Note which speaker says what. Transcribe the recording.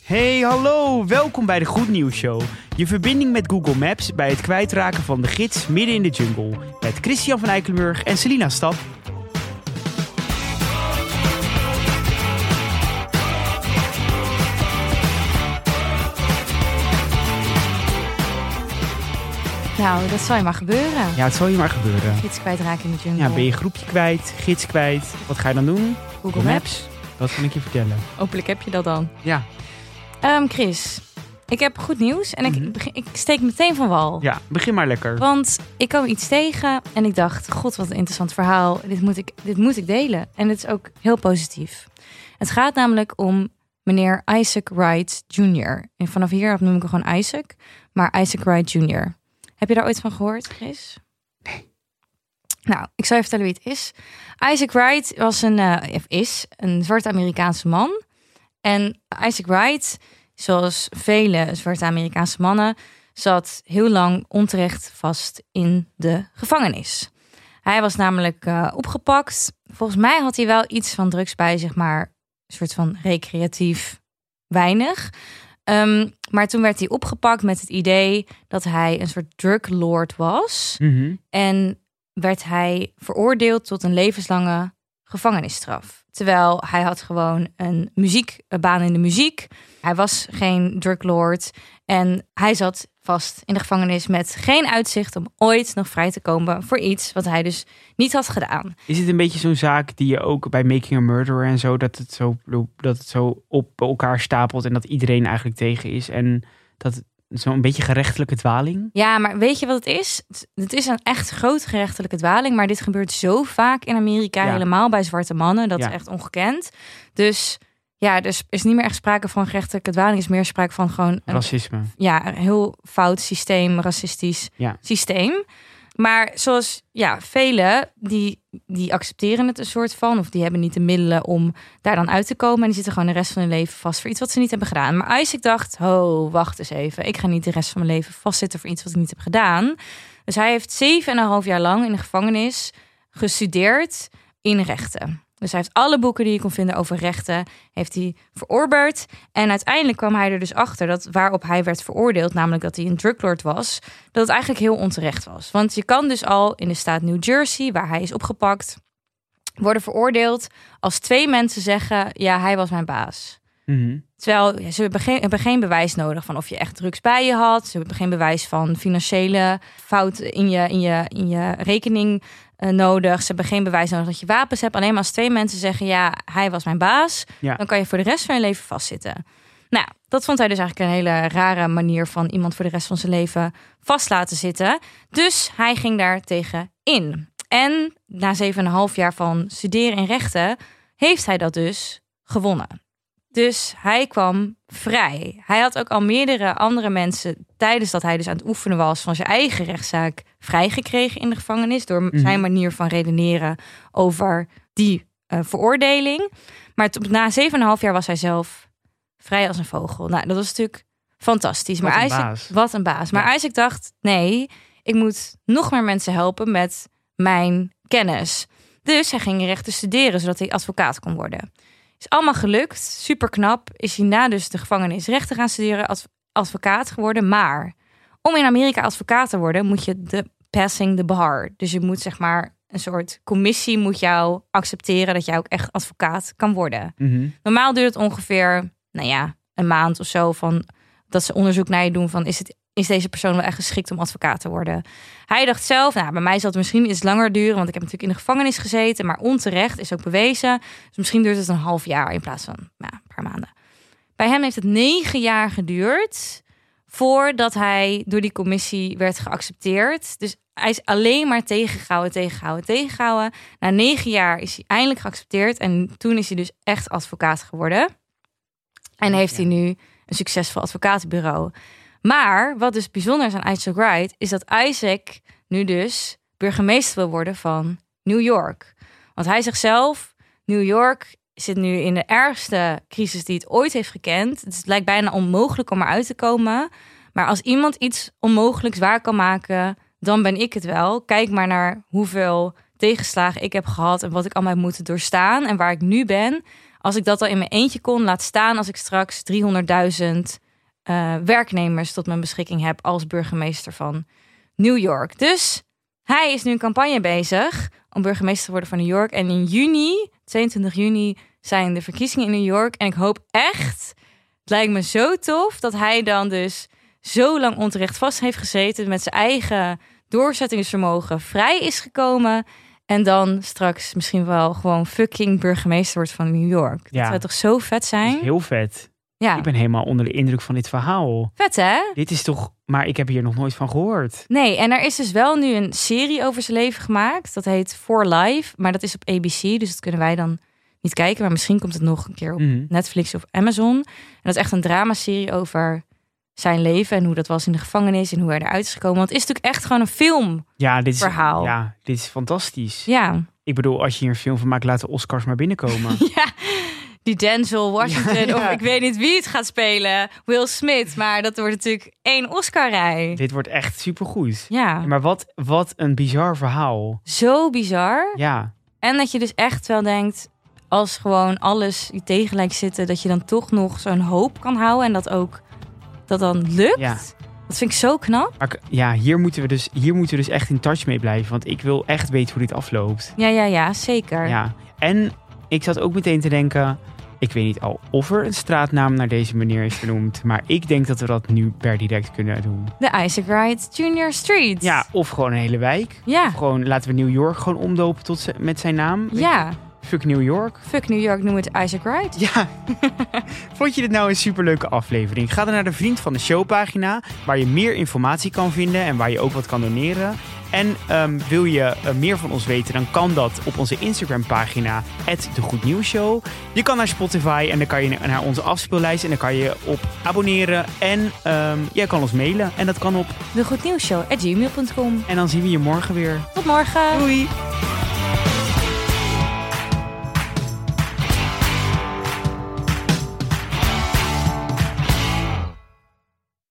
Speaker 1: Hey, hallo! Welkom bij de Goed Nieuws Show. Je verbinding met Google Maps bij het kwijtraken van de gids midden in de jungle. Met Christian van Eikelenburg en Selina Stap.
Speaker 2: Nou, dat zal je maar gebeuren.
Speaker 1: Ja, het zal je maar gebeuren.
Speaker 2: Gids kwijtraken in de jungle.
Speaker 1: Ja, ben je groepje kwijt, gids kwijt. Wat ga je dan doen?
Speaker 2: Google Maps.
Speaker 1: Dat kan ik je vertellen.
Speaker 2: Hopelijk heb je dat dan.
Speaker 1: Ja.
Speaker 2: Chris, ik heb goed nieuws en ik steek meteen van wal.
Speaker 1: Ja, begin maar lekker.
Speaker 2: Want ik kwam iets tegen en ik dacht, god, wat een interessant verhaal. Dit moet ik delen. En het is ook heel positief. Het gaat namelijk om meneer Isaac Wright Jr. En vanaf hier noem ik hem gewoon Isaac, maar Isaac Wright Jr. Heb je daar ooit van gehoord, Chris?
Speaker 1: Nee.
Speaker 2: Nou, ik zal je vertellen wie het is. Isaac Wright is een zwarte Amerikaanse man. En Isaac Wright, zoals vele zwarte Amerikaanse mannen, zat heel lang onterecht vast in de gevangenis. Hij was namelijk opgepakt. Volgens mij had hij wel iets van drugs bij zich, maar een soort van recreatief weinig. Maar toen werd hij opgepakt met het idee dat hij een soort druglord was. Mm-hmm. En werd hij veroordeeld tot een levenslange gevangenisstraf. Terwijl hij had gewoon een baan in de muziek. Hij was geen druglord. En hij zat vast in de gevangenis met geen uitzicht om ooit nog vrij te komen voor iets wat hij dus niet had gedaan.
Speaker 1: Is het een beetje zo'n zaak die je ook bij Making a Murderer en zo, dat het zo op elkaar stapelt en dat iedereen eigenlijk tegen is en dat zo'n beetje gerechtelijke dwaling? Ja,
Speaker 2: maar weet je wat het is? Het is een echt grote gerechtelijke dwaling, maar dit gebeurt zo vaak in Amerika, helemaal bij zwarte mannen. Dat is echt ongekend. Dus ja, dus is niet meer echt sprake van gerechtelijke dwaling, is meer sprake van gewoon
Speaker 1: racisme.
Speaker 2: Ja, een heel fout systeem, racistisch systeem. Maar zoals velen, die accepteren het een soort van, of die hebben niet de middelen om daar dan uit te komen. En die zitten gewoon de rest van hun leven vast voor iets wat ze niet hebben gedaan. Maar Isaac dacht, wacht eens even. Ik ga niet de rest van mijn leven vastzitten voor iets wat ik niet heb gedaan. Dus hij heeft 7,5 jaar lang in de gevangenis gestudeerd in rechten. Dus hij heeft alle boeken die je kon vinden over rechten, heeft hij verorberd. En uiteindelijk kwam hij er dus achter dat waarop hij werd veroordeeld, namelijk dat hij een druglord was, dat het eigenlijk heel onterecht was. Want je kan dus al in de staat New Jersey, waar hij is opgepakt, worden veroordeeld als 2 mensen zeggen, ja, hij was mijn baas. Mm-hmm. Terwijl ze hebben geen bewijs nodig van of je echt drugs bij je had. Ze hebben geen bewijs van financiële fout in je rekening nodig. Ze hebben geen bewijs nodig dat je wapens hebt. Alleen maar als 2 mensen zeggen, ja, hij was mijn baas, dan kan je voor de rest van je leven vastzitten. Nou, dat vond hij dus eigenlijk een hele rare manier van iemand voor de rest van zijn leven vast laten zitten. Dus hij ging daar tegen in. En na 7,5 jaar van studeren in rechten heeft hij dat dus gewonnen. Dus hij kwam vrij. Hij had ook al meerdere andere mensen tijdens dat hij dus aan het oefenen was van zijn eigen rechtszaak vrijgekregen in de gevangenis door zijn manier van redeneren over die veroordeling. Maar na 7,5 jaar was hij zelf vrij als een vogel. Nou, dat was natuurlijk fantastisch. Wat een baas. Maar Isaac dacht, nee, ik moet nog meer mensen helpen met mijn kennis. Dus hij ging rechten studeren zodat hij advocaat kon worden. Is allemaal gelukt, super knap. Is hij na dus de gevangenis rechten gaan studeren, advocaat geworden. Maar om in Amerika advocaat te worden, moet je passing the bar. Dus je moet zeg maar een soort commissie moet jou accepteren dat jij ook echt advocaat kan worden. Mm-hmm. Normaal duurt het ongeveer, een maand of zo van dat ze onderzoek naar je doen van is deze persoon wel echt geschikt om advocaat te worden? Hij dacht zelf, bij mij zal het misschien iets langer duren, want ik heb natuurlijk in de gevangenis gezeten, maar onterecht is ook bewezen. Dus misschien duurt het een half jaar in plaats van een paar maanden. Bij hem heeft het 9 jaar geduurd voordat hij door die commissie werd geaccepteerd. Dus hij is alleen maar tegengehouden. Na 9 jaar is hij eindelijk geaccepteerd en toen is hij dus echt advocaat geworden. En heeft hij nu een succesvol advocatenbureau. Maar wat dus bijzonder is aan Isaac Wright is dat Isaac nu dus burgemeester wil worden van New York. Want hij zegt zelf, New York zit nu in de ergste crisis die het ooit heeft gekend. Het lijkt bijna onmogelijk om eruit te komen. Maar als iemand iets onmogelijks waar kan maken, dan ben ik het wel. Kijk maar naar hoeveel tegenslagen ik heb gehad en wat ik allemaal heb moeten doorstaan en waar ik nu ben. als ik dat al in mijn eentje kon, laat staan als ik straks 300.000 werknemers tot mijn beschikking heb als burgemeester van New York. Dus hij is nu een campagne bezig om burgemeester te worden van New York. En in juni, 22 juni, zijn de verkiezingen in New York. En ik hoop echt, het lijkt me zo tof, dat hij dan dus zo lang onterecht vast heeft gezeten, met zijn eigen doorzettingsvermogen vrij is gekomen. En dan straks misschien wel gewoon fucking burgemeester wordt van New York. Dat zou toch zo vet zijn?
Speaker 1: Dat is heel vet.
Speaker 2: Ja.
Speaker 1: Ik ben helemaal onder de indruk van dit verhaal.
Speaker 2: Vet, hè?
Speaker 1: Dit is toch... Maar ik heb hier nog nooit van gehoord.
Speaker 2: Nee, en er is dus wel nu een serie over zijn leven gemaakt. Dat heet For Life, maar dat is op ABC. Dus dat kunnen wij dan niet kijken. Maar misschien komt het nog een keer op Netflix of Amazon. En dat is echt een dramaserie over zijn leven en hoe dat was in de gevangenis en hoe hij eruit is gekomen. Want het is natuurlijk echt gewoon een filmverhaal.
Speaker 1: Ja, dit is fantastisch.
Speaker 2: Ja.
Speaker 1: Ik bedoel, als je hier een film van maakt, laat de Oscars maar binnenkomen.
Speaker 2: Ja, die Denzel Washington, of ik weet niet wie het gaat spelen, Will Smith. Maar dat wordt natuurlijk 1 Oscar-rij.
Speaker 1: Dit wordt echt supergoed.
Speaker 2: Ja.
Speaker 1: Maar wat een bizar verhaal.
Speaker 2: Zo bizar.
Speaker 1: Ja.
Speaker 2: En dat je dus echt wel denkt, als gewoon alles die tegelijk zitten, dat je dan toch nog zo'n hoop kan houden en dat dan lukt.
Speaker 1: Ja.
Speaker 2: Dat vind ik zo knap.
Speaker 1: Maar ja, hier moeten we dus echt in touch mee blijven. Want ik wil echt weten hoe dit afloopt.
Speaker 2: Ja, zeker.
Speaker 1: Ja. En ik zat ook meteen te denken, ik weet niet al of er een straatnaam naar deze meneer is vernoemd. Maar ik denk dat we dat nu per direct kunnen doen.
Speaker 2: De Isaac Wright Jr. Street.
Speaker 1: Ja, of gewoon een hele wijk.
Speaker 2: Ja.
Speaker 1: Of gewoon laten we New York gewoon omdopen met zijn naam.
Speaker 2: Ja.
Speaker 1: Fuck New York.
Speaker 2: Fuck New York, noem het Isaac Wright.
Speaker 1: Ja. Vond je dit nou een superleuke aflevering? Ga dan naar de Vriend van de Show pagina, waar je meer informatie kan vinden en waar je ook wat kan doneren. En wil je meer van ons weten, dan kan dat op onze Instagram pagina @degoednieuwsshow. Je kan naar Spotify en dan kan je naar onze afspeellijst en dan kan je op abonneren. En jij kan ons mailen en dat kan op
Speaker 2: degoednieuwsshow@gmail.com.
Speaker 1: En dan zien we je morgen weer.
Speaker 2: Tot morgen.
Speaker 1: Doei.